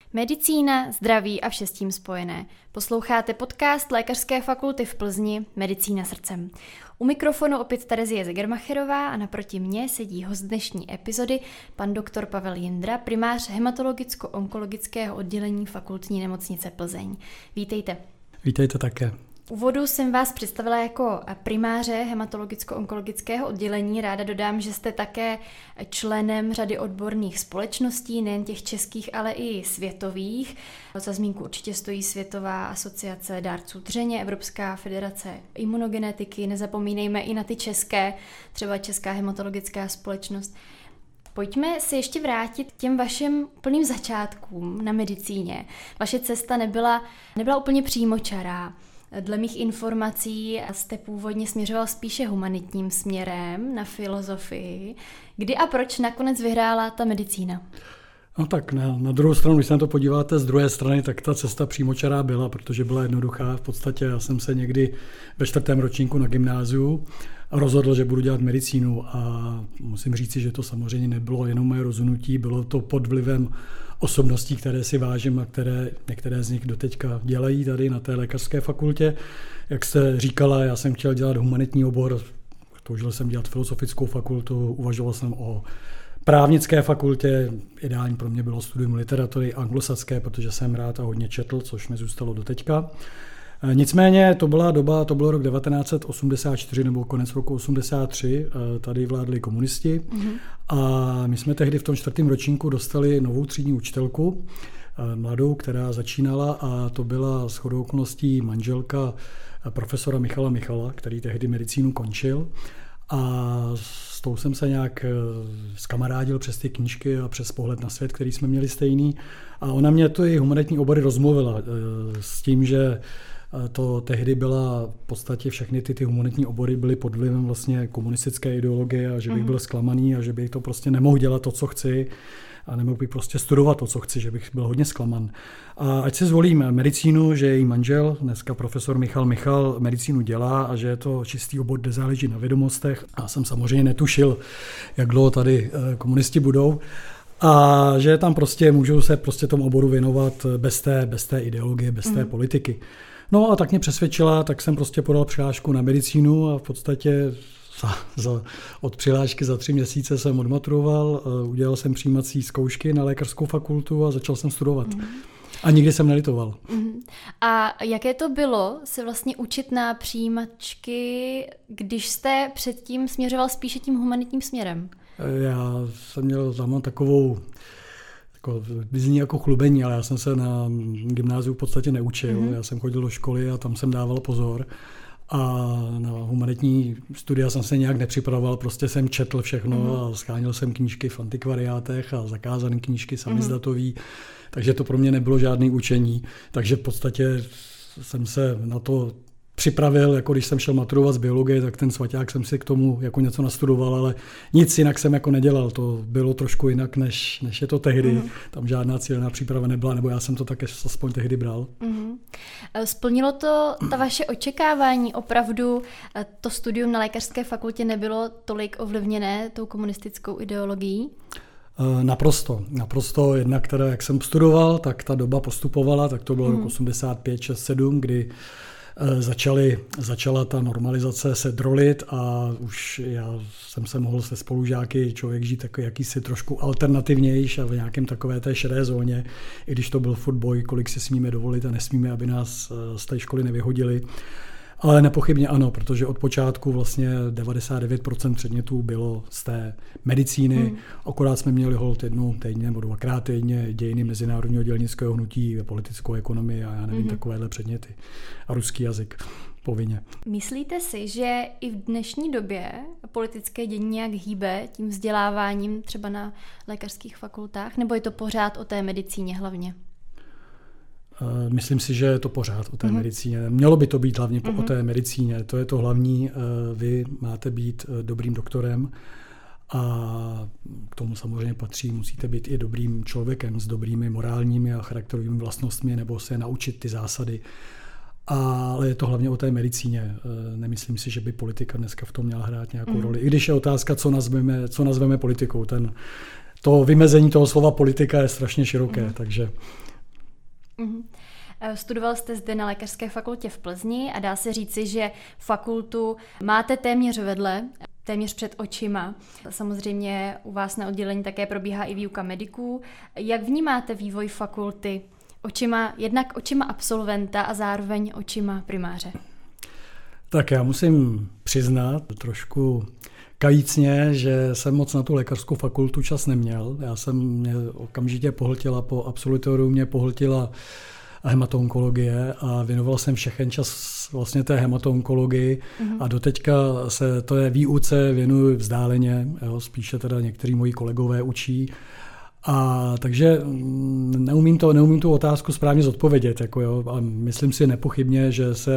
Medicína, zdraví a vše s tím spojené. Posloucháte podcast Lékařské fakulty v Plzni Medicína srdcem. U mikrofonu opět Terezie Zegermacherová a naproti mně sedí host dnešní epizody, pan doktor Pavel Jindra, primář hematologicko-onkologického oddělení Fakultní nemocnice Plzeň. Vítejte. Vítejte také. V úvodu jsem vás představila jako primáře hematologicko-onkologického oddělení. Ráda dodám, že jste také členem řady odborných společností, nejen těch českých, ale i světových. Za zmínku určitě stojí Světová asociace dárců dřeně, Evropská federace imunogenetiky, nezapomínejme i na ty české, třeba Česká hematologická společnost. Pojďme se ještě vrátit k těm vašim plným začátkům na medicíně. Vaše cesta nebyla úplně přímočará. Dle mých informací jste původně směřoval spíše humanitním směrem na filozofii. Kdy a proč nakonec vyhrála ta medicína? No tak na druhou stranu, když se na to podíváte z druhé strany, tak ta cesta přímočará byla, protože byla jednoduchá. V podstatě já jsem se někdy ve 4. ročníku na gymnáziu rozhodl, že budu dělat medicínu a musím říci, že to samozřejmě nebylo jenom moje rozhodnutí, bylo to pod vlivem osobností, které si vážím a které některé z nich doteďka dělají tady na té lékařské fakultě. Jak jste říkala, já jsem chtěl dělat humanitní obor, toužil jsem dělat filozofickou fakultu, uvažoval jsem o právnické fakultě, ideální pro mě bylo studium literatury anglosaské, protože jsem rád a hodně četl, což mi zůstalo doteďka. Nicméně to byla doba, to byl rok 1984 nebo konec roku 83, tady vládli komunisti a my jsme tehdy v tom 4. ročníku dostali novou třídní učitelku, mladou, která začínala a to byla shodou okolností manželka profesora Michala Michala, který tehdy medicínu končil. A s tou jsem se nějak zkamarádil přes ty knížky a přes pohled na svět, který jsme měli stejný. A ona mě to i humanitní obory rozmluvila s tím, že to tehdy byla v podstatě všechny ty humanitní obory byly pod vlivem vlastně komunistické ideologie a že bych byl zklamaný a že bych to prostě nemohl dělat to, co chci a nemohl bych prostě studovat to, co chci, že bych byl hodně zklaman. A ať si zvolím medicínu, že její manžel, dneska profesor Michal Michal, medicínu dělá a že je to čistý obor, kde záleží na vědomostech. A jsem samozřejmě netušil, jak dlouho tady komunisti budou. A že tam prostě můžu se prostě tomu oboru věnovat bez té ideologie, bez té politiky. No a tak mě přesvědčila, tak jsem prostě podal přihlášku na medicínu a v podstatě od přihlášky za 3 měsíce jsem odmaturoval, udělal jsem přijímací zkoušky na lékařskou fakultu a začal jsem studovat. A nikdy jsem nelitoval. A jaké to bylo se vlastně učit na přijímačky, když jste předtím směřoval spíše tím humanitním směrem? Já jsem měl tam takovou vyzní jako chlubení, ale já jsem se na gymnáziu v podstatě neučil. Já jsem chodil do školy a tam jsem dával pozor. A na humanitní studia jsem se nějak nepřipravoval, prostě jsem četl všechno a scháněl jsem knížky v antikvariátech a zakázané knížky samizdatový, takže to pro mě nebylo žádné učení. Takže v podstatě jsem se na to připravil, jako když jsem šel maturovat z biologie, tak ten svaťák jsem si k tomu jako něco nastudoval, ale nic jinak jsem jako nedělal. To bylo trošku jinak, než je to tehdy. Tam žádná cílená příprava nebyla, nebo já jsem to také aspoň tehdy bral. Splnilo to ta vaše očekávání? Opravdu to studium na lékařské fakultě nebylo tolik ovlivněné tou komunistickou ideologií? Naprosto. Jednak teda, jak jsem studoval, tak ta doba postupovala, tak to bylo rok 85, 6, 7, kdy začala ta normalizace se drolit a už já jsem se mohl se spolužáky člověk žít takový jakýsi trošku alternativnější a v nějakém takové té šedé zóně, i když to byl furt boj, kolik si smíme dovolit a nesmíme, aby nás z té školy nevyhodili. Ale nepochybně ano, protože od počátku vlastně 99% předmětů bylo z té medicíny. Akorát jsme měli holt jednou týdně nebo 2krát týdně dějiny mezinárodního dělnického hnutí, politickou ekonomii a já nevím, takovéhle předměty. A ruský jazyk povinně. Myslíte si, že i v dnešní době politické dění nějak hýbe tím vzděláváním třeba na lékařských fakultách, nebo je to pořád o té medicíně hlavně? Myslím si, že je to pořád o té medicíně. Mělo by to být hlavně o té medicíně. To je to hlavní. Vy máte být dobrým doktorem a k tomu samozřejmě patří, musíte být i dobrým člověkem s dobrými morálními a charakterovými vlastnostmi nebo se naučit ty zásady. Ale je to hlavně o té medicíně. Nemyslím si, že by politika dneska v tom měla hrát nějakou roli. I když je otázka, co nazveme politikou. To vymezení toho slova politika je strašně široké, takže Studoval jste zde na Lékařské fakultě v Plzni a dá se říci, že fakultu máte téměř vedle, téměř před očima. Samozřejmě u vás na oddělení také probíhá i výuka mediků. Jak vnímáte vývoj fakulty jednak očima absolventa a zároveň očima primáře? Tak já musím přiznat trošku kajícně, že jsem moc na tu lékařskou fakultu čas neměl. Mě okamžitě pohltila po absolutoriu, mě pohltila hematoonkologie a věnoval jsem všechen čas vlastně té hematoonkology a doteďka se to je výuce věnuji vzdáleně, jo, spíše teda někteří moji kolegové učí. A takže neumím tu otázku správně zodpovědět. Jako jo, a myslím si nepochybně,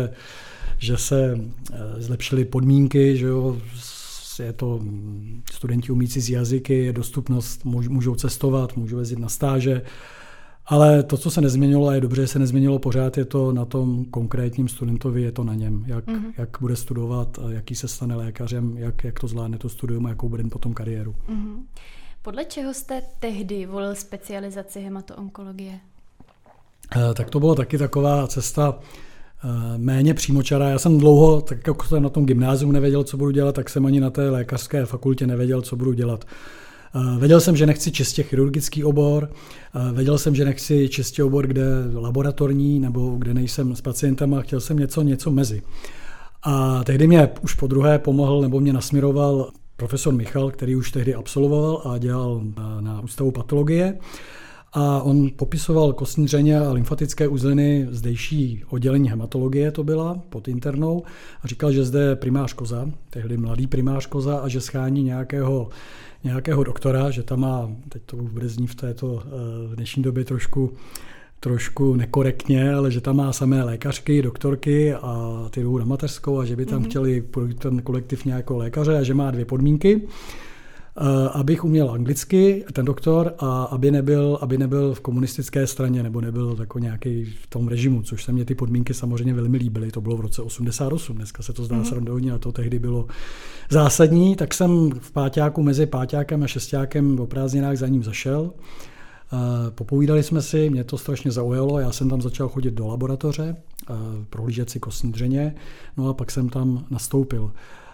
že se zlepšily podmínky, že jo, je to studenti umí cizí jazyky, je dostupnost, můžou cestovat, můžou jezdit na stáže, ale to, co se nezměnilo, a je dobře, že se nezměnilo pořád, je to na tom konkrétním studentovi, je to na něm, jak bude studovat, jaký se stane lékařem, jak to zvládne to studium a jakou bude potom kariéru. Podle čeho jste tehdy volil specializaci hematoonkologie? Tak to bylo taky taková cesta méně přímočará. Já jsem dlouho, tak jako jsem na tom gymnáziu nevěděl, co budu dělat, tak jsem ani na té lékařské fakultě nevěděl, co budu dělat. Věděl jsem, že nechci čistě chirurgický obor, věděl jsem, že nechci čistě obor, kde laboratorní, nebo kde nejsem s pacientama, chtěl jsem něco mezi. A tehdy mě už po druhé pomohl, nebo mě nasměroval profesor Michal, který už tehdy absolvoval a dělal na ústavu patologie. A on popisoval kostní dřeně a lymfatické uzliny, zdejší oddělení hematologie to byla, pod internou, a říkal, že zde je primář Koza, tehdy mladý primář Koza, a že schání nějakého doktora, že tam má, teď to bude znít v této v dnešní době trošku nekorektně, ale že tam má samé lékařky, doktorky a ty jdou na mateřskou a že by tam chtěli ten kolektiv nějakého lékaře a že má 2 podmínky. Abych uměl anglicky, ten doktor, a aby nebyl v komunistické straně nebo nebyl jako nějaký v tom režimu, což se mě ty podmínky samozřejmě velmi líbily. To bylo v roce 88, dneska se to zdá srandovně a to tehdy bylo zásadní. Tak jsem v páťáku mezi páťákem a šestákem o prázdninách za ním zašel. Popovídali jsme si, mě to strašně zaujalo, já jsem tam začal chodit do laboratoře, prohlížet si kostní dřeně, no a pak jsem tam nastoupil.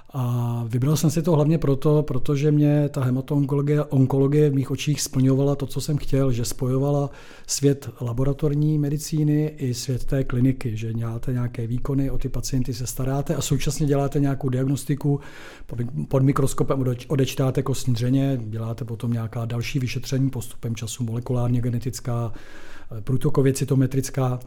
A vybral jsem si to hlavně protože mě ta hematoonkologie v mých očích splňovala to, co jsem chtěl, že spojovala svět laboratorní medicíny i svět té kliniky, že děláte nějaké výkony, o ty pacienty se staráte a současně děláte nějakou diagnostiku, pod mikroskopem odečtáte kostní dřeně, děláte potom nějaká další vyšetření postupem času, molekulárně genetická, průtokově cytometrická.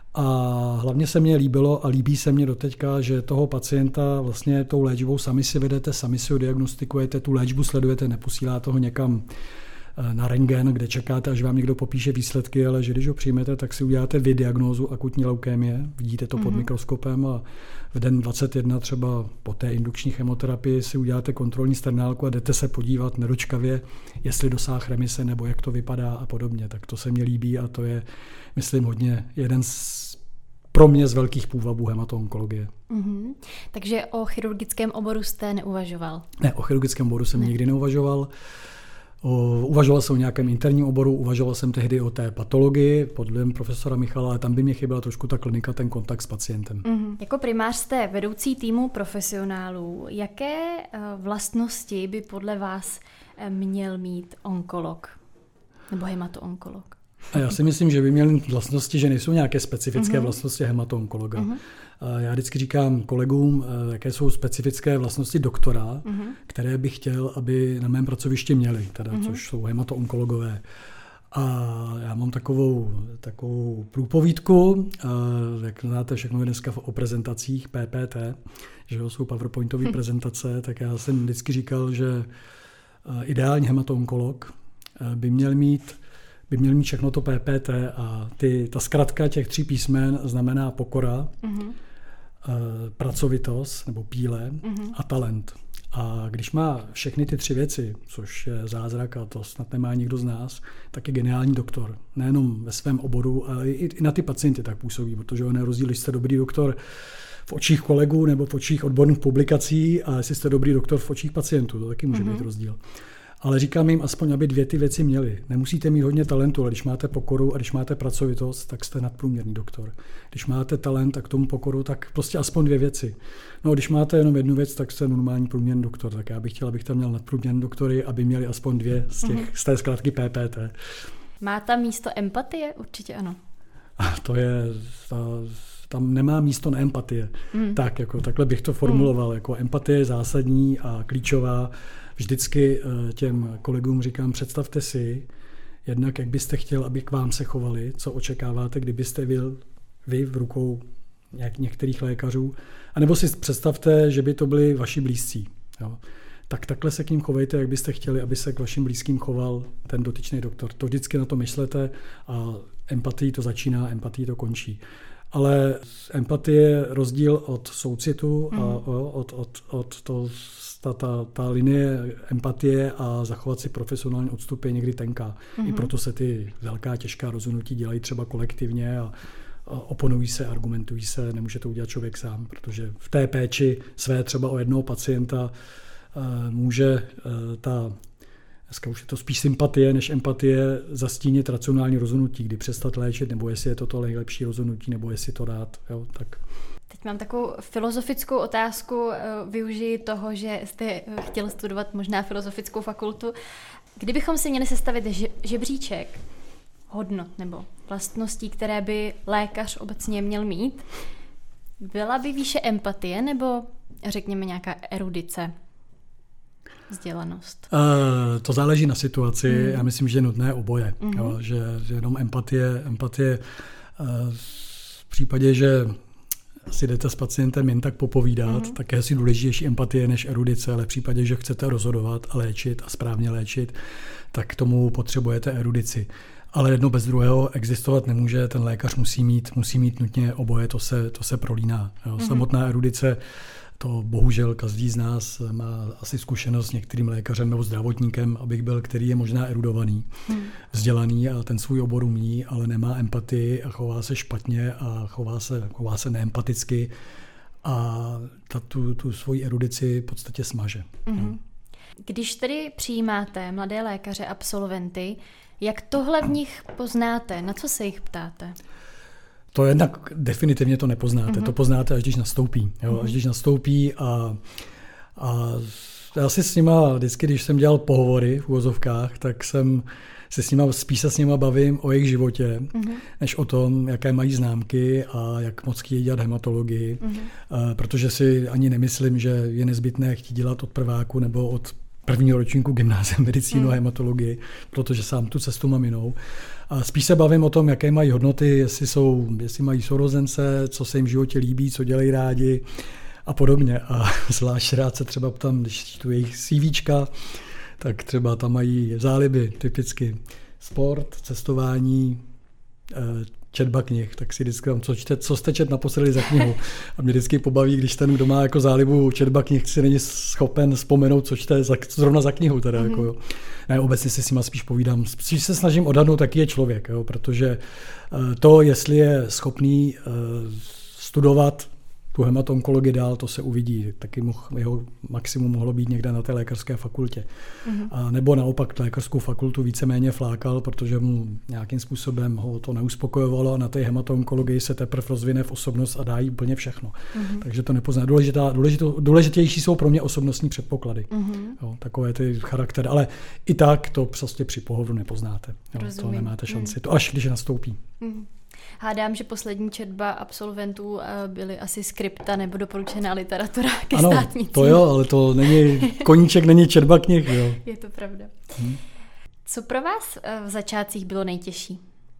A hlavně se mně líbilo a líbí se mně doteďka, že toho pacienta vlastně tou léčbou sami si vedete, sami si ho diagnostikujete, tu léčbu sledujete, neposíláte ho někam na rentgen, kde čekáte, až vám někdo popíše výsledky, ale že když ho přijmete, tak si uděláte vy diagnózu akutní leukémie, vidíte to pod mikroskopem a v den 21 třeba po té indukční chemoterapii si uděláte kontrolní sternálku a jdete se podívat nedočkavě, jestli dosáh remise nebo jak to vypadá a podobně. Tak to se mně líbí a to je, myslím, hodně jeden pro mě z velkých půvabů hematoonkologie. Takže o chirurgickém oboru jste neuvažoval? Ne, o chirurgickém oboru jsem nikdy neuvažoval. Uvažoval jsem o nějakém interním oboru, uvažoval jsem tehdy o té patologii pod vlivem profesora Michala, ale tam by mě chyběla trošku ta klinika, ten kontakt s pacientem. Jako primář jste vedoucí týmu profesionálů. Jaké vlastnosti by podle vás měl mít onkolog nebo hematoonkolog? A já si myslím, že by měl vlastnosti, že nejsou nějaké specifické vlastnosti hematoonkologa. Já vždycky říkám kolegům, jaké jsou specifické vlastnosti doktora, které bych chtěl, aby na mém pracovišti měli, což jsou hematoonkologové. A já mám takovou průpovídku, jak znáte všechno dneska o prezentacích PPT, že jsou PowerPointové prezentace, tak já jsem vždycky říkal, že ideální hematoonkolog by měl mít všechno to PPT a ta zkratka těch 3 písmen znamená pokora, pracovitost nebo píle a talent. A když má všechny ty 3 věci, což je zázrak a to snad nemá nikdo z nás, tak je geniální doktor. Nejenom ve svém oboru, ale i na ty pacienty tak působí, protože on je rozdíl, jestli jste dobrý doktor v očích kolegů nebo v očích odborných publikací a jestli jste dobrý doktor v očích pacientů, to taky může být rozdíl. Ale říkám jim aspoň, aby 2 ty věci měli. Nemusíte mít hodně talentu, ale když máte pokoru a když máte pracovitost, tak jste nadprůměrný doktor. Když máte talent a k tomu pokoru, tak prostě aspoň 2 věci. No a když máte jenom 1 věc, tak jste normální průměrný doktor. Tak já bych chtěl, abych tam měl nadprůměrný doktory, aby měli aspoň 2 z té zkrátky PPT. Má tam místo empatie? Určitě ano. A to je... Tam nemá místo na empatie. Tak, jako, takhle bych to formuloval. Jako empatie je zásadní a klíčová. Vždycky těm kolegům říkám, představte si, jednak jak byste chtěl, aby k vám se chovali, co očekáváte, kdybyste byl vy v rukou některých lékařů, anebo si představte, že by to byli vaši blízcí. Jo. Tak takhle se k ním chovejte, jak byste chtěli, aby se k vašim blízkým choval ten dotyčný doktor. To vždycky na to myšlete a empatii to začíná, empatii to končí. Ale empatie je rozdíl od soucitu a ta linie empatie a zachovat si profesionální odstup je někdy tenká. I proto se ty velká, těžká rozhodnutí dělají třeba kolektivně a oponují se, argumentují se, nemůže to udělat člověk sám, protože v té péči své třeba o jednoho pacienta může dneska už je to spíš sympatie než empatie zastínit racionální rozhodnutí, kdy přestat léčit, nebo jestli je to nejlepší rozhodnutí, nebo jestli to dát. Jo, tak. Teď mám takovou filozofickou otázku, využiji toho, že jste chtěl studovat možná filozofickou fakultu. Kdybychom si měli sestavit žebříček hodnot nebo vlastností, které by lékař obecně měl mít, byla by výše empatie nebo řekněme nějaká erudice? Vzdělanost. To záleží na situaci. Já myslím, že je nutné oboje. Jo, že jenom empatie v případě, že si jdete s pacientem jen tak popovídat, tak je si důležitější empatie než erudice, ale v případě, že chcete rozhodovat a léčit a správně léčit, tak k tomu potřebujete erudici. Ale jedno bez druhého existovat nemůže, ten lékař musí mít nutně oboje, to se prolíná. Jo. Samotná erudice, to bohužel každý z nás má asi zkušenost s některým lékařem nebo zdravotníkem, abych byl, který je možná erudovaný, vzdělaný a ten svůj obor umí, ale nemá empatii a chová se špatně a chová se neempaticky a tu svoji erudici v podstatě smaže. Když tedy přijímáte mladé lékaře, absolventy, jak tohle v nich poznáte? Na co se jich ptáte? To jednak definitivně to nepoznáte. To poznáte, až když nastoupí. Jo? Až když nastoupí a já si s nima vždycky, když jsem dělal pohovory v uvozovkách, tak jsem spíš se s nima bavím o jejich životě, než o tom, jaké mají známky a jak moc chtějí dělat hematologii. Protože si ani nemyslím, že je nezbytné chtít dělat od prváku nebo od prvního ročníku gymnázia medicínu a hematologii, protože sám tu cestu mám jinou. A spíš se bavím o tom, jaké mají hodnoty, jestli mají sourozence, co se jim v životě líbí, co dělají rádi a podobně. A zvlášť rád se třeba ptám, když čtu jejich CVčka, tak třeba tam mají záliby, typicky sport, cestování, četba knih, tak si vždycky dám, co jste čet naposledy za knihu. A mě vždycky pobaví, když ten, kdo má jako zálibu četba knih, si není schopen vzpomenout, co čte zrovna za knihu. Teda, jako, jo. Ne, obecně si s nima spíš povídám. Spíš se snažím odhadnout, jaký je člověk, jo, protože to, jestli je schopný studovat tu hematonkologii dál, to se uvidí. Taky jeho maximum mohlo být někde na té lékařské fakultě. A nebo naopak lékařskou fakultu víceméně flákal, protože mu nějakým způsobem ho to neuspokojovalo a na té hematonkologii se teprve rozvine v osobnost a dá jí úplně všechno. Takže to nepozná. Důležitější jsou pro mě osobnostní předpoklady. Jo, takové ty charaktery. Ale i tak to prostě při pohovoru nepoznáte. Jo, to nemáte šanci. To až když nastoupí. Hádám, že poslední četba absolventů byly asi skripta nebo doporučená literatura ke ano, státnicím. To jo, ale to není, koníček není četba knih. Jo. Je to pravda. Co pro vás v začátcích bylo nejtěžší?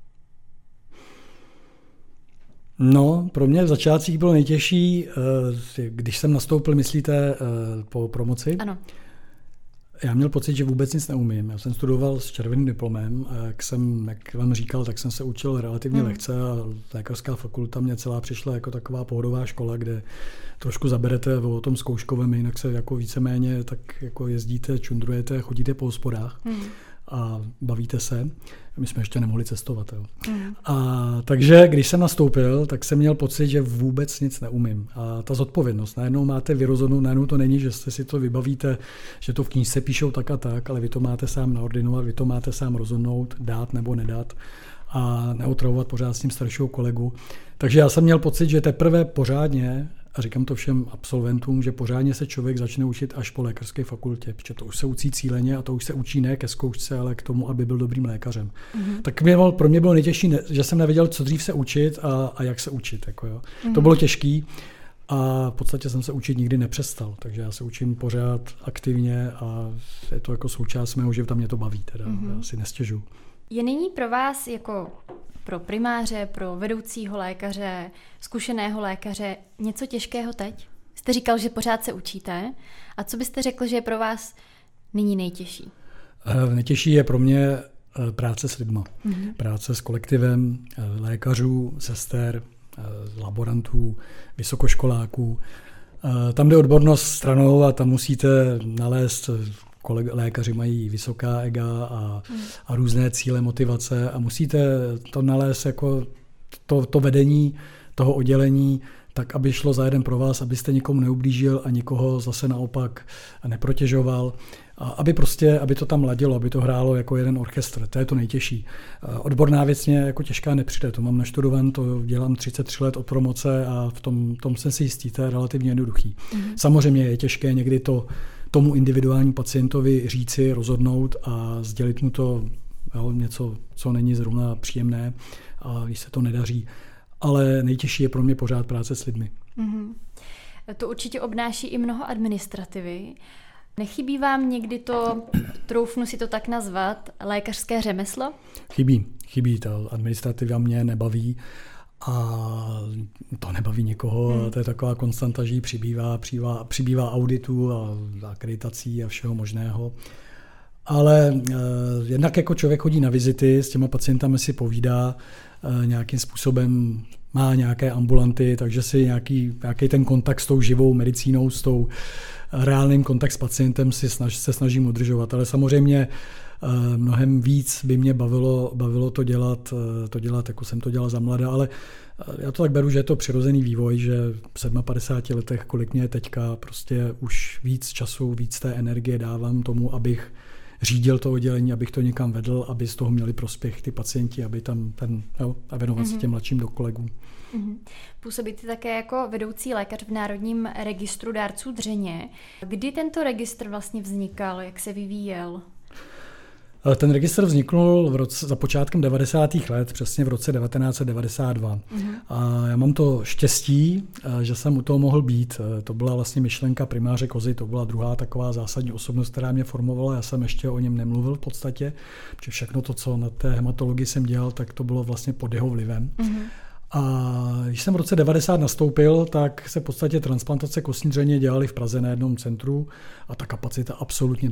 No, pro mě v začátcích bylo nejtěžší, když jsem nastoupil, myslíte, po promoci? Ano. Já měl pocit, že vůbec nic neumím. Já jsem studoval s červeným diplomem a jak vám říkal, tak jsem se učil relativně lehce a lékařská fakulta mě celá přišla jako taková pohodová škola, kde trošku zaberete o tom zkouškovém, jinak se jako víceméně tak jako jezdíte, čundrujete, chodíte po hospodách. a bavíte se. My jsme ještě nemohli cestovat. Jo. A takže když jsem nastoupil, tak jsem měl pocit, že vůbec nic neumím. A ta zodpovědnost, najednou máte vyrozhodnout, najednou to není, že jste si to vybavíte, že to v knížce píšou tak a tak, ale vy to máte sám naordinovat, vy to máte sám rozhodnout, dát nebo nedat a neotravovat pořád s tím staršího kolegu. Takže já jsem měl pocit, že teprve pořádně, a říkám to všem absolventům, že pořádně se člověk začne učit až po lékařské fakultě, protože to už se učí cíleně a to už se učí ne ke zkoušce, ale k tomu, aby byl dobrým lékařem. Tak pro mě bylo nejtěžší, že jsem nevěděl, co dřív se učit a jak se učit. Jako jo. To bylo těžký a v podstatě jsem se učit nikdy nepřestal, takže já se učím pořád aktivně a je to jako součást mého života, mě to baví, teda já si nestěžuju. Je nyní pro vás jako pro primáře, pro vedoucího lékaře, zkušeného lékaře něco těžkého teď? Jste říkal, že pořád se učíte. A co byste řekl, že je pro vás nyní nejtěžší? Nejtěžší je pro mě práce s lidma. Práce s kolektivem lékařů, sester, laborantů, vysokoškoláků. Tam jde odbornost stranou a tam musíte nalézt, lékaři mají vysoká ega a různé cíle, motivace a musíte to nalézt jako to vedení toho oddělení tak, aby šlo za jeden pro vás, abyste nikomu neublížil a nikoho zase naopak neprotěžoval. A aby to tam ladilo, aby to hrálo jako jeden orchestr. To je to nejtěžší. Odborná věc mě jako těžká nepřijde. To mám naštudovan, to dělám 33 let od promoce a v tom jsem si jistý, to je relativně jednoduchý. Samozřejmě je těžké někdy tomu individuálnímu pacientovi říci, rozhodnout a sdělit mu to něco, co není zrovna příjemné a když se to nedaří. Ale nejtěžší je pro mě pořád práce s lidmi. To určitě obnáší i mnoho administrativy. Nechybí vám někdy to, troufnu si to tak nazvat, lékařské řemeslo? Chybí. Ta administrativa mě nebaví a to nebaví nikoho. To je taková konstanta, že přibývá auditů a akreditací a všeho možného. Ale jednak jako člověk chodí na vizity, s těma pacientami si povídá, nějakým způsobem má nějaké ambulanty, takže si nějaký ten kontakt s tou živou medicínou, s tou reálným kontakt s pacientem se snažím udržovat. Ale samozřejmě mnohem víc by mě bavilo to dělat, jako jsem to dělal za mladá, ale já to tak beru, že je to přirozený vývoj, že v 57 letech, kolik mě je teďka, prostě už víc času, víc té energie dávám tomu, abych řídil to oddělení, abych to někam vedl, aby z toho měli prospěch ty pacienti, aby tam a věnovat se těm mladším do kolegů. Působíte také jako vedoucí lékař v Národním registru dárců dřeně. Kdy tento registr vlastně vznikal, jak se vyvíjel? Ten registr vzniknul za počátkem 90. let, přesně v roce 1992. A já mám to štěstí, že jsem u toho mohl být. To byla vlastně myšlenka primáře Kozy, to byla druhá taková zásadní osobnost, která mě formovala. Já jsem ještě o něm nemluvil v podstatě, protože všechno to, co na té hematologii jsem dělal, tak to bylo vlastně pod jeho vlivem. A když jsem v roce 90 nastoupil, tak se v podstatě transplantace kostní dřeně dělaly v Praze na jednom centru a ta kapacita absolutně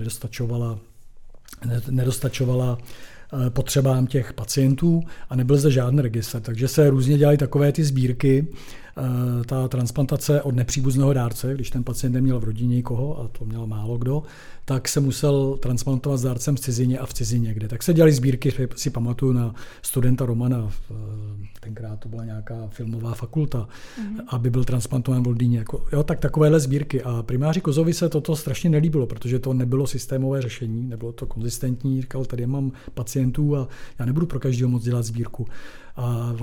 nedostačovala potřebám těch pacientů a nebyl zde žádný registr. Takže se různě dělaly takové ty sbírky, ta transplantace od nepříbuzného dárce, když ten pacient neměl v rodině nikoho, a to měl málo kdo, tak se musel transplantovat s dárcem v cizině a v cizině, kde. Tak se dělaly sbírky, si pamatuju na studenta Romana, tenkrát to byla nějaká filmová fakulta, aby byl transplantován v Londýně. Tak takovéhle sbírky. A primáři Kozovi se toto strašně nelíbilo, protože to nebylo systémové řešení, nebylo to konzistentní. Říkal, tady mám pacientů a já nebudu pro každého moc dělat sbírku. A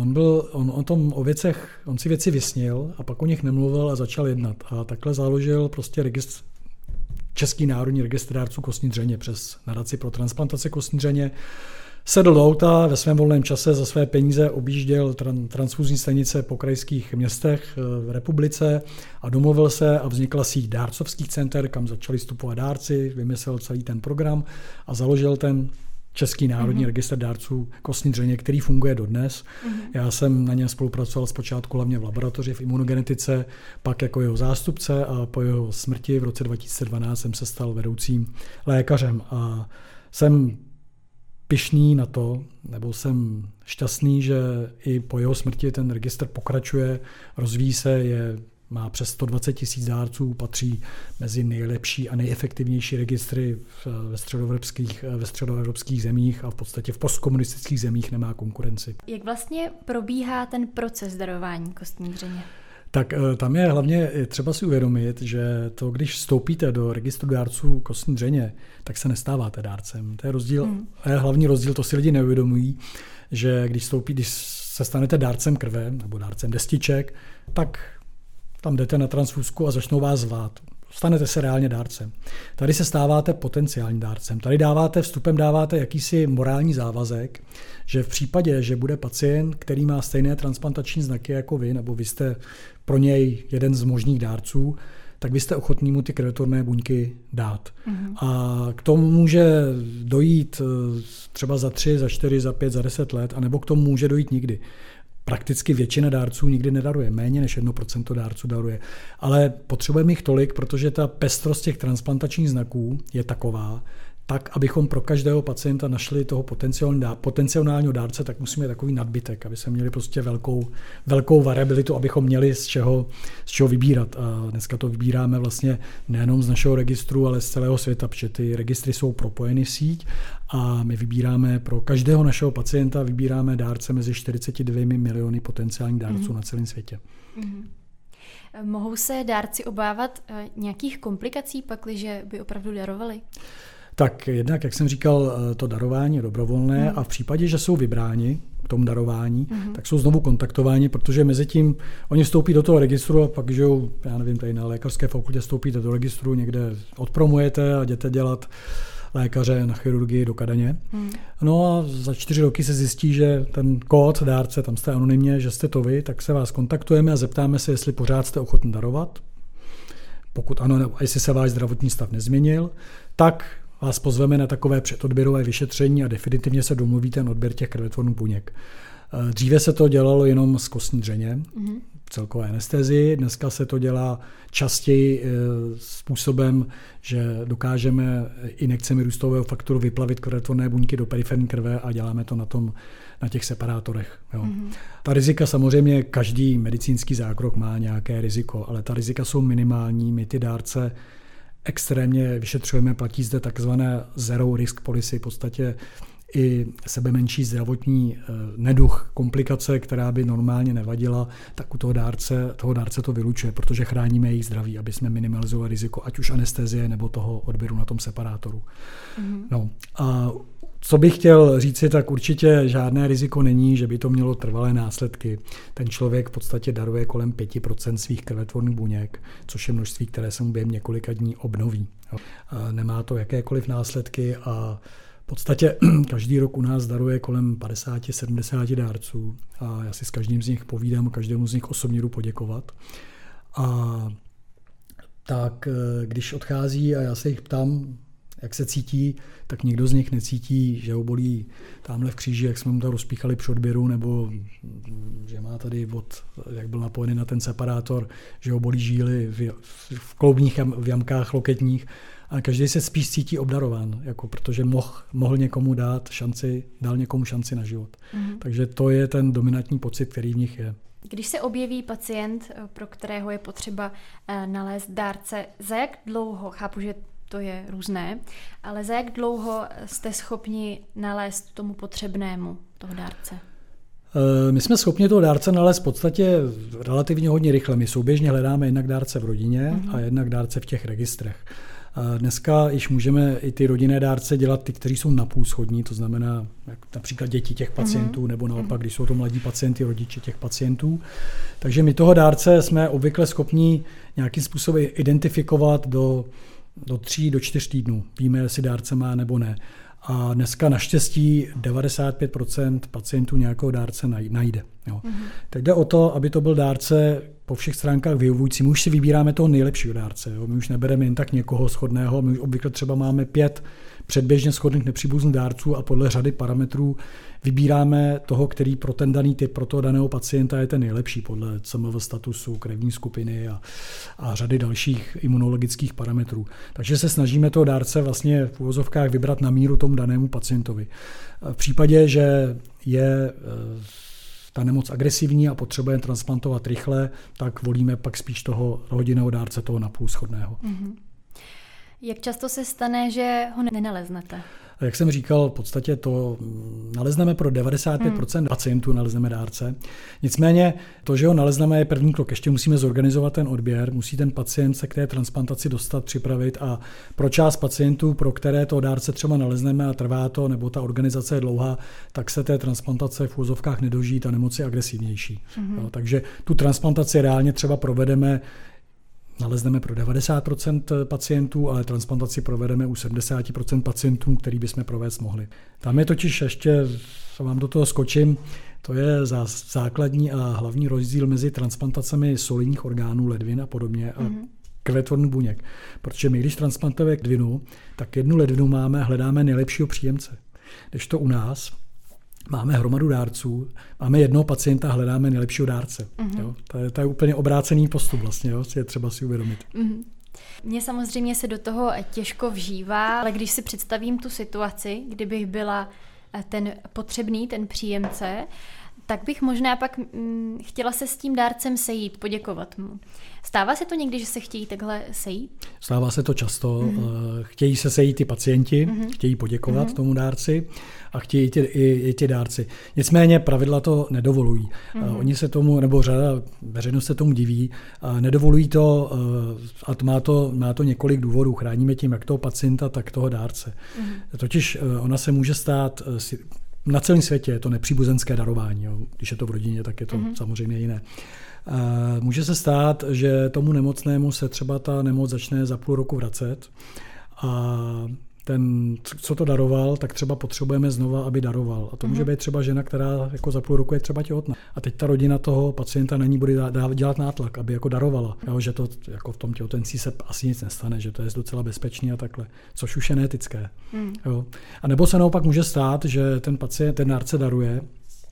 on si věci vysnil a pak o nich nemluvil a začal jednat. A takhle založil prostě Český národní registr dárců kostní dřeně přes nadaci pro transplantaci kostní dřeně. Sedl do auta, ve svém volném čase za své peníze objížděl transfuzní stanice po krajských městech v republice a domluvil se a vznikla síť dárcovských center, kam začali vstupovat dárci, vymyslel celý ten program a založil ten Český národní registr dárců kostní dřeně, který funguje dodnes. Já jsem na něm spolupracoval zpočátku hlavně v laboratoři v imunogenetice, pak jako jeho zástupce a po jeho smrti v roce 2012 jsem se stal vedoucím lékařem a jsem pyšný na to, nebo jsem šťastný, že i po jeho smrti ten registr pokračuje, rozvíjí se, je má přes 120 000 dárců, patří mezi nejlepší a nejefektivnější registry ve středoevropských zemích a v podstatě v postkomunistických zemích nemá konkurenci. Jak vlastně probíhá ten proces darování kostní dřeně? Tak tam je hlavně třeba si uvědomit, že to, když vstoupíte do registru dárců kostní dřeně, tak se nestáváte dárcem. To je rozdíl, hlavní rozdíl, to si lidi neuvědomují, že když se stanete dárcem krve nebo dárcem destiček, tak tam jdete na transfúzku a začnou vás zvát. Stanete se reálně dárcem. Tady se stáváte potenciální dárcem. Tady vstupem dáváte jakýsi morální závazek, že v případě, že bude pacient, který má stejné transplantační znaky jako vy, nebo vy jste pro něj jeden z možných dárců, tak vy jste ochotní mu ty krvetvorné buňky dát. A k tomu může dojít třeba za 3, za 4, za 5, za 10 let, anebo k tomu může dojít nikdy. Prakticky většina dárců nikdy nedaruje, méně než 1% dárců daruje. Ale potřebujeme jich tolik, protože ta pestrost těch transplantačních znaků je taková, tak, abychom pro každého pacienta našli toho potenciálního dárce, tak musíme takový nadbytek, aby jsme měli prostě velkou variabilitu, abychom měli z čeho vybírat. A dneska to vybíráme vlastně nejenom z našeho registru, ale z celého světa, protože ty registry jsou propojeny v síť a my vybíráme pro každého našeho pacienta vybíráme dárce mezi 42 miliony potenciálních dárců na celém světě. Mohou se dárci obávat nějakých komplikací, pakliže by opravdu darovali? Tak jednak, jak jsem říkal, to darování je dobrovolné a v případě, že jsou vybráni k tomu darování, tak jsou znovu kontaktováni, protože mezi tím oni vstoupí do toho registru a pak, že já nevím, tady na lékařské fakultě vstoupíte do registru, někde odpromujete a jdete dělat lékaře na chirurgii do Kadaně. No a za 4 roky se zjistí, že ten kód dárce, tam jste anonymně, že jste to vy, tak se vás kontaktujeme a zeptáme se, jestli pořád jste ochotný darovat. Pokud ano, nebo jestli se váš zdravotní stav nezměnil, tak vás pozveme na takové předodběrové vyšetření a definitivně se domluví ten odběr těch krvetvorných buněk. Dříve se to dělalo jenom z kostní dřeně, celkové anestezii. Dneska se to dělá častěji způsobem, že dokážeme injekcemi růstového faktoru vyplavit krvetvorné buňky do periferní krve a děláme to na těch separátorech. Jo. Ta rizika samozřejmě, každý medicínský zákrok má nějaké riziko, ale ta rizika jsou minimální. My ty dárce extrémně vyšetřujeme, platí zde takzvané zero risk policy, v podstatě i sebe menší zdravotní neduch, komplikace, která by normálně nevadila, tak u toho dárce to vylučuje, protože chráníme jejich zdraví, aby jsme minimalizovali riziko, ať už anestezie nebo toho odběru na tom separátoru. No a co bych chtěl říci, tak určitě žádné riziko není, že by to mělo trvalé následky. Ten člověk v podstatě daruje kolem 5% svých krvetvorných buněk, což je množství, které se mu během několika dní obnoví. Nemá to jakékoliv následky a v podstatě každý rok u nás daruje kolem 50-70 dárců a já si s každým z nich povídám, každému z nich osobně jdu poděkovat. A tak když odchází a já se jich ptám, jak se cítí, tak nikdo z nich necítí, že ho bolí tamhle v kříži, jak jsme mu to rozpíchali při odběru, nebo že má tady jak byl napojený na ten separátor, že ho bolí žíly v kloubních v jamkách loketních. A každý se spíš cítí obdarován, protože mohl někomu dal někomu šanci na život. Takže to je ten dominantní pocit, který v nich je. Když se objeví pacient, pro kterého je potřeba nalézt dárce, za jak dlouho, chápu, že to je různé, ale za jak dlouho jste schopni nalézt tomu potřebnému toho dárce? My jsme schopni toho dárce nalézt v podstatě relativně hodně rychle. My souběžně hledáme jednak dárce v rodině a jednak dárce v těch registrech. Dneska již můžeme i ty rodinné dárce dělat ty, kteří jsou napůl schodní, to znamená například děti těch pacientů, nebo naopak, když jsou to mladí pacienti, rodiče těch pacientů. Takže my toho dárce jsme obvykle schopni nějakým způsobem identifikovat do 3 do 4 týdnů. Víme, jestli dárce má nebo ne. A dneska naštěstí 95% pacientů nějakého dárce najde. Jo. Teď jde o to, aby to byl dárce po všech stránkách vyhovující. My už si vybíráme toho nejlepšího dárce. Jo. My už nebereme jen tak někoho shodného. My už obvykle třeba máme 5 předběžně shodných nepříbuzných dárců a podle řady parametrů vybíráme toho, který pro ten daný typ, pro toho daného pacienta je ten nejlepší podle CMV statusu, krevní skupiny a řady dalších imunologických parametrů. Takže se snažíme toho dárce vlastně v uvozovkách vybrat na míru tomu danému pacientovi. V případě, že je ta nemoc agresivní a potřebujeme transplantovat rychle, tak volíme pak spíš toho rodinného dárce, toho napůl shodného. Jak často se stane, že ho nenaleznete? Jak jsem říkal, v podstatě to nalezneme pro 95% pacientů, nalezneme dárce. Nicméně to, že ho nalezneme, je první krok. Ještě musíme zorganizovat ten odběr, musí ten pacient se k té transplantaci dostat, připravit a pro část pacientů, pro které to dárce třeba nalezneme a trvá to, nebo ta organizace je dlouhá, tak se té transplantace v úvozovkách nedožijí, ta nemoc je agresivnější. Jo, takže tu transplantaci reálně třeba provedeme, nalezneme pro 90% pacientů, ale transplantaci provedeme u 70% pacientů, který bychom provést mohli. Tam je totiž ještě, vám do toho skočím, to je základní a hlavní rozdíl mezi transplantacemi solidních orgánů, ledvin a podobně a krvetvorných buněk. Protože my, když transplantujeme ledvinu, tak jednu ledvinu hledáme nejlepšího příjemce. Když to u nás máme hromadu dárců, máme jednoho pacienta a hledáme nejlepšího dárce. Jo? To je úplně obrácený postup vlastně, jo? Je třeba si uvědomit. Mně samozřejmě se do toho těžko vžívá, ale když si představím tu situaci, kdybych byla ten potřebný, ten příjemce, tak bych možná pak chtěla se s tím dárcem sejít, poděkovat mu. Stává se to někdy, že se chtějí takhle sejít? Stává se to často. Chtějí se sejít ty pacienti, chtějí poděkovat tomu dárci a chtějí i ti dárci. Nicméně pravidla to nedovolují. Oni se tomu, nebo řada veřejnost se tomu diví, nedovolují to a má to několik důvodů. Chráníme tím jak toho pacienta, tak toho dárce. Totiž ona se může stát, na celém světě je to nepříbuzenské darování. Jo. Když je to v rodině, tak je to samozřejmě jiné. Může se stát, že tomu nemocnému se třeba ta nemoc začne za půl roku vracet a ten, co to daroval, tak třeba potřebujeme znova, aby daroval. A to může být třeba žena, která jako za půl roku je třeba těhotná. A teď ta rodina toho pacienta na ní bude dělat nátlak, aby jako darovala. Jo, že to jako v tom těhotenství se asi nic nestane, že to je docela bezpečný a takhle. Což už je neetické. Jo. A nebo se naopak může stát, že ten pacient, ten dárce daruje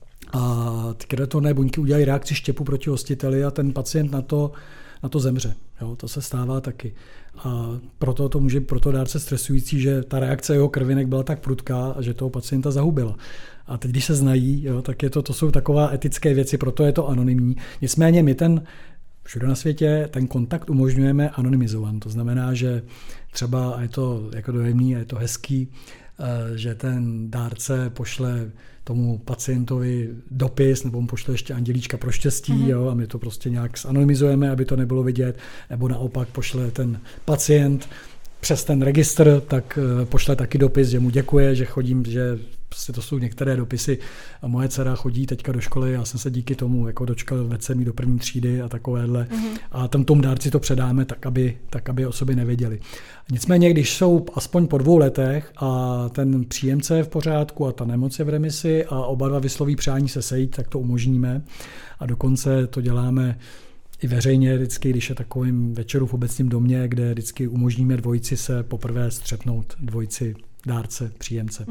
a ty krvetvorné buňky udělají reakci štěpu proti hostiteli a ten pacient na to zemře. Jo, to se stává taky. A proto to může pro to dárce stresující, že ta reakce jeho krvinek byla tak prudká, že toho pacienta zahubila. A teď, když se znají, jo, tak to jsou taková etické věci, proto je to anonymní. Nicméně my všude na světě ten kontakt umožňujeme anonymizovan. To znamená, že třeba je to jako dojemný, je to hezký, že ten dárce pošle tomu pacientovi dopis, nebo mu pošle ještě andělíčka pro štěstí, jo, a my to prostě nějak zanonymizujeme, aby to nebylo vidět, nebo naopak pošle ten pacient přes ten registr, tak pošle taky dopis, že mu děkuje, že chodím, že prostě to jsou některé dopisy. A moje dcera chodí teďka do školy, já jsem se díky tomu jako dočkal vedce do první třídy a takovéhle. A tomu dárci to předáme tak, aby o sobě nevěděli. Nicméně, když jsou aspoň po 2 letech a ten příjemce je v pořádku a ta nemoc je v remisi a oba dva vysloví přání se sejít, tak to umožníme. A dokonce to děláme i veřejně vždycky, když je takovým večeru v obecním domě, kde vždycky umožníme dvojici se poprvé střetnout, dvojici dárce, příjemce.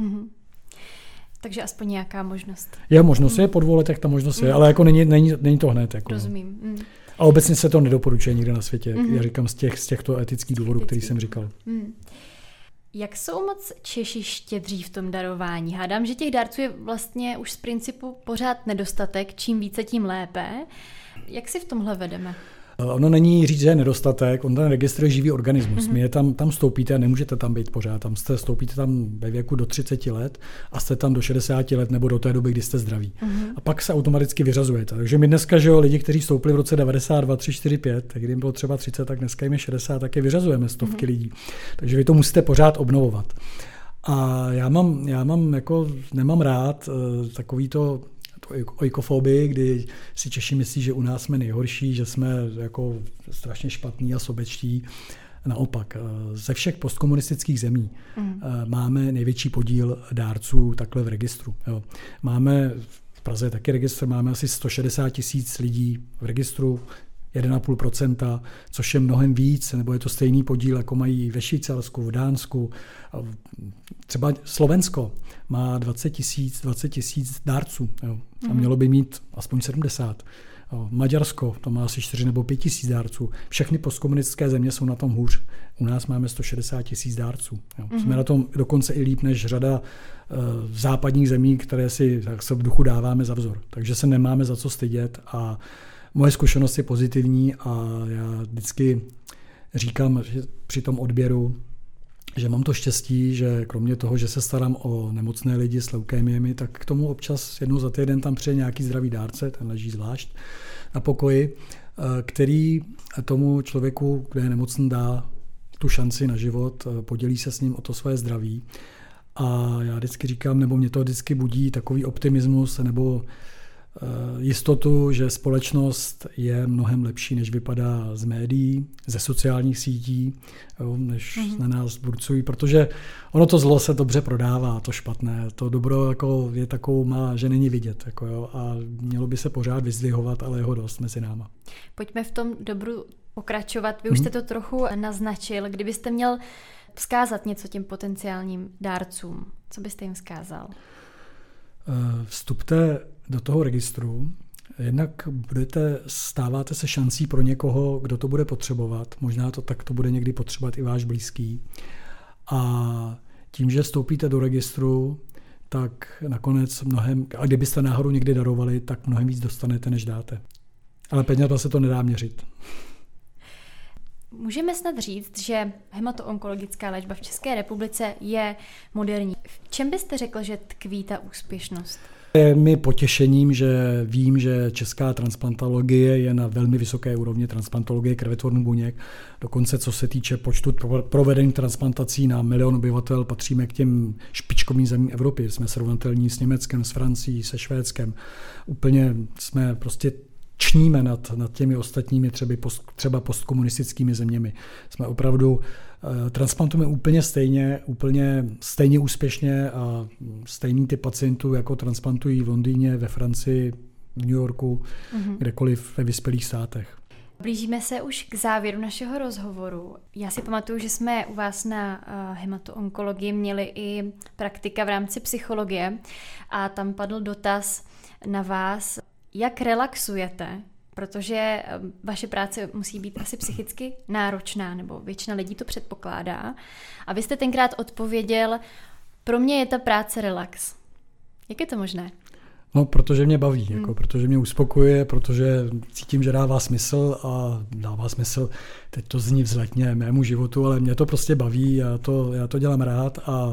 Takže aspoň nějaká možnost. Je možnost, je po 2 letech ta možnost je, ale jako není to hned. Jako, rozumím. A obecně se to nedoporučuje nikde na světě. Já říkám z těchto etických důvodů, který jsem říkal. Jak jsou moc Češi štědří v tom darování? Hádám, že těch dárců je vlastně už z principu pořád nedostatek, čím více, tím lépe. Jak si v tomhle vedeme? Ono není říct, že je nedostatek, on ten registr je živý organismus. My je tam vstoupíte a nemůžete tam být pořád. Vstoupíte tam ve věku do 30 let a jste tam do 60 let nebo do té doby, kdy jste zdraví. A pak se automaticky vyřazujete. Takže my dneska, že jo, lidi, kteří vstoupili v roce 92, 3, 4, 5, tak když jim bylo třeba 30, tak dneska jim je 60, tak je vyřazujeme stovky lidí. Takže vy to musíte pořád obnovovat. A já nemám rád takový to oikofobii, kdy si Češi myslí, že u nás jsme nejhorší, že jsme jako strašně špatní a sobečtí. Naopak, ze všech postkomunistických zemí máme největší podíl dárců takhle v registru. Jo. Máme v Praze taky registr, máme asi 160 000 lidí v registru, 1,5%, což je mnohem víc, nebo je to stejný podíl, jako mají ve Švýcarsku, v Dánsku. Třeba Slovensko má 20 000 dárců, jo, a mělo by mít aspoň 70. Maďarsko, to má asi 4 nebo 5 tisíc dárců. Všechny postkomunistické země jsou na tom hůř. U nás máme 160 tisíc dárců. Jsme na tom dokonce i líp než řada západních zemí, které si tak se v duchu dáváme za vzor. Takže se nemáme za co stydět a moje zkušenost je pozitivní a já vždycky říkám, že při tom odběru, že mám to štěstí, že kromě toho, že se starám o nemocné lidi s leukémiemi, tak k tomu občas jednou za týden tam přijde nějaký zdravý dárce, ten leží zvlášť na pokoji, který tomu člověku, kde je nemocný, dá tu šanci na život, podělí se s ním o to své zdraví. A já vždycky říkám, nebo mě to vždycky budí takový optimismus nebo jistotu, že společnost je mnohem lepší, než vypadá z médií, ze sociálních sítí, než na nás burcují, protože ono to zlo se dobře prodává, to špatné, to dobro jako je takovou má, že není vidět, jako jo, a mělo by se pořád vyzdvihovat, ale jeho dost mezi náma. Pojďme v tom dobru pokračovat. Vy už jste to trochu naznačil. Kdybyste měl vzkázat něco těm potenciálním dárcům, co byste jim vzkázal? Vstupte do toho registru, jednak stáváte se šancí pro někoho, kdo to bude potřebovat. Možná to tak to bude někdy potřebovat i váš blízký. A tím, že vstoupíte do registru, tak nakonec a kdybyste náhodou někdy darovali, tak mnohem víc dostanete, než dáte. Ale penězma se to nedá měřit. Můžeme snad říct, že hematoonkologická léčba v České republice je moderní. V čem byste řekl, že tkví ta úspěšnost? Je mi potěšením, že vím, že česká transplantologie je na velmi vysoké úrovni, transplantologie krvetvorných buněk. Dokonce co se týče počtu provedených transplantací na milion obyvatel, patříme k těm špičkovým zemím Evropy. Jsme srovnatelní s Německem, s Francií, se Švédskem. Úplně jsme prostě čníme nad těmi ostatními třeba postkomunistickými zeměmi. Jsme opravdu transplantujeme úplně stejně úspěšně a stejný typ pacientů, jako transplantují v Londýně, ve Francii, v New Yorku, kdekoliv ve vyspělých státech. Blížíme se už k závěru našeho rozhovoru. Já si pamatuju, že jsme u vás na hematoonkologii měli i praktika v rámci psychologie a tam padl dotaz na vás, jak relaxujete, protože vaše práce musí být asi psychicky náročná, nebo většina lidí to předpokládá. A vy jste tenkrát odpověděl, pro mě je ta práce relax. Jak je to možné? No, protože mě baví, protože mě uspokojuje, protože cítím, že dává smysl a dává smysl, teď to zní vzletně mému životu, ale mě to prostě baví, já to dělám rád a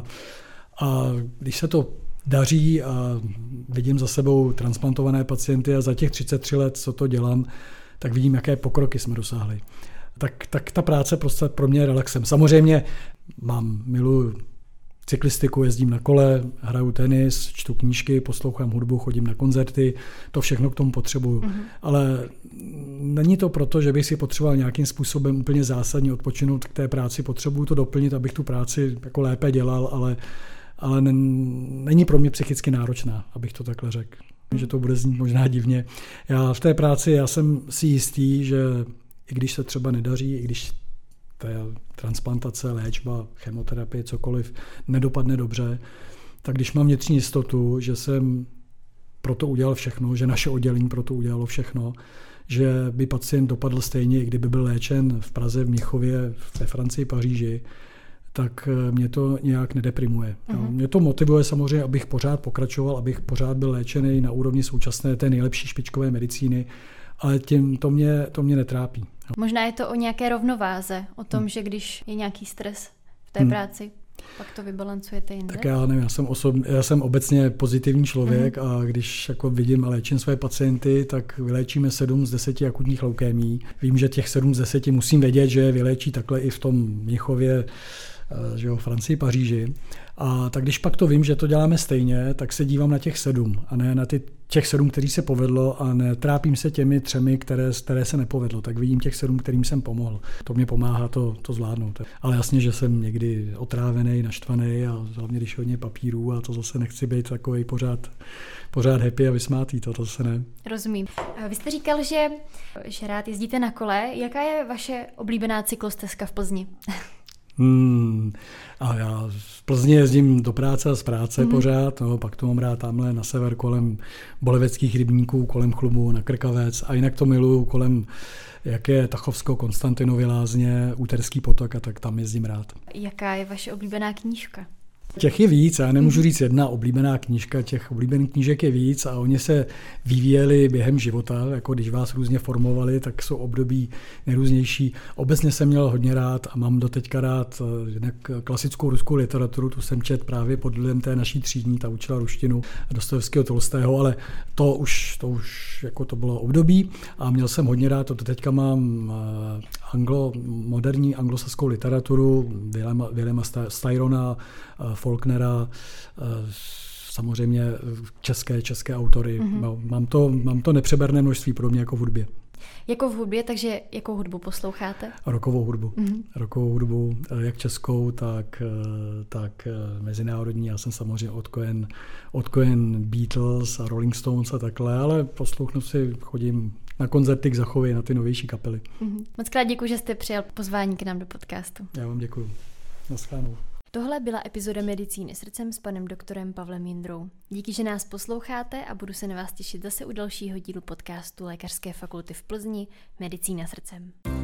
když se to daří a vidím za sebou transplantované pacienty a za těch 33 let, co to dělám, tak vidím, jaké pokroky jsme dosáhli. Tak ta práce prostě pro mě je relaxem. Samozřejmě miluji cyklistiku, jezdím na kole, hraju tenis, čtu knížky, poslouchám hudbu, chodím na koncerty, to všechno k tomu potřebuju. Ale není to proto, že bych si potřeboval nějakým způsobem úplně zásadně odpočinout k té práci. Potřebuju to doplnit, abych tu práci jako lépe dělal, ale není pro mě psychicky náročná, abych to takhle řekl. Že to bude znít možná divně. Já v té práci jsem si jistý, že i když se třeba nedaří, i když ta transplantace, léčba, chemoterapie, cokoliv nedopadne dobře, tak když mám vnitřní jistotu, že jsem proto udělal všechno, že naše oddělení proto udělalo všechno, že by pacient dopadl stejně, i kdyby byl léčen v Praze, v Mnichově, ve Francii, Paříži, tak mě to nějak nedeprimuje. Mě to motivuje samozřejmě, abych pořád pokračoval, abych pořád byl léčený na úrovni současné té nejlepší špičkové medicíny, ale to mě netrápí. Možná je to o nějaké rovnováze, o tom, že když je nějaký stres v té práci, pak to vybalancujete jinde? Tak já nevím, já jsem obecně pozitivní člověk a když jako vidím a léčím své pacienty, tak vyléčíme 7 z 10 akutních leukémií. Vím, že těch 7 z 10 musím vědět, že je vyléčí takhle i v tom Mnichově, že jo, Francii, Paříži. A tak když pak to vím, že to děláme stejně, tak se dívám na těch 7 a ne na těch 7, který se povedlo a netrápím se těmi 3, které se nepovedlo. Tak vidím těch 7, kterým jsem pomohl. To mě pomáhá to zvládnout. Ale jasně, že jsem někdy otrávený, naštvaný a hlavně když hodně papírů a to zase nechci být takovej pořád happy a vysmátý, to zase ne. Rozumím. Vy jste říkal, že rád jezdíte na kole. Jaká je vaše oblíbená cyklostezka v Plzni? A já z Plzně jezdím do práce a z práce pořád, no, pak to mám rád tamhle na sever kolem Boleveckých rybníků, kolem Chlumu, na Krkavec a jinak to miluju kolem, jak je Tachovsko, Konstantinovy lázně, Úterský potok a tak tam jezdím rád. Jaká je vaše oblíbená knížka? Těch je víc, já nemůžu říct jedna oblíbená knížka, těch oblíbených knížek je víc a oni se vyvíjeli během života, jako když vás různě formovali, tak jsou období nejrůznější. Obecně jsem měl hodně rád a mám doteďka rád klasickou ruskou literaturu, tu jsem čet právě pod vlivem té naší třídní, ta učila ruštinu Dostojevského, Tolstého, ale to už jako to bylo období a měl jsem hodně rád, to teďka mám moderní anglosaskou literaturu, Williama Styrona, Faulknera, samozřejmě české autory. Mám to nepřeberné množství pro mě jako v hudbě. Jako v hudbě, takže jakou hudbu posloucháte? Rockovou hudbu. Rockovou hudbu, jak českou, tak mezinárodní. Já jsem samozřejmě odkojen Beatles a Rolling Stones a takhle, ale poslouchnu si, chodím na koncerty k Zachovi, na ty novější kapely. Moc krát děkuji, že jste přijal pozvání k nám do podcastu. Já vám děkuji. Naschledanou. Tohle byla epizoda Medicíny srdcem s panem doktorem Pavlem Jindrou. Díky, že nás posloucháte a budu se na vás těšit zase u dalšího dílu podcastu Lékařské fakulty v Plzni Medicína srdcem.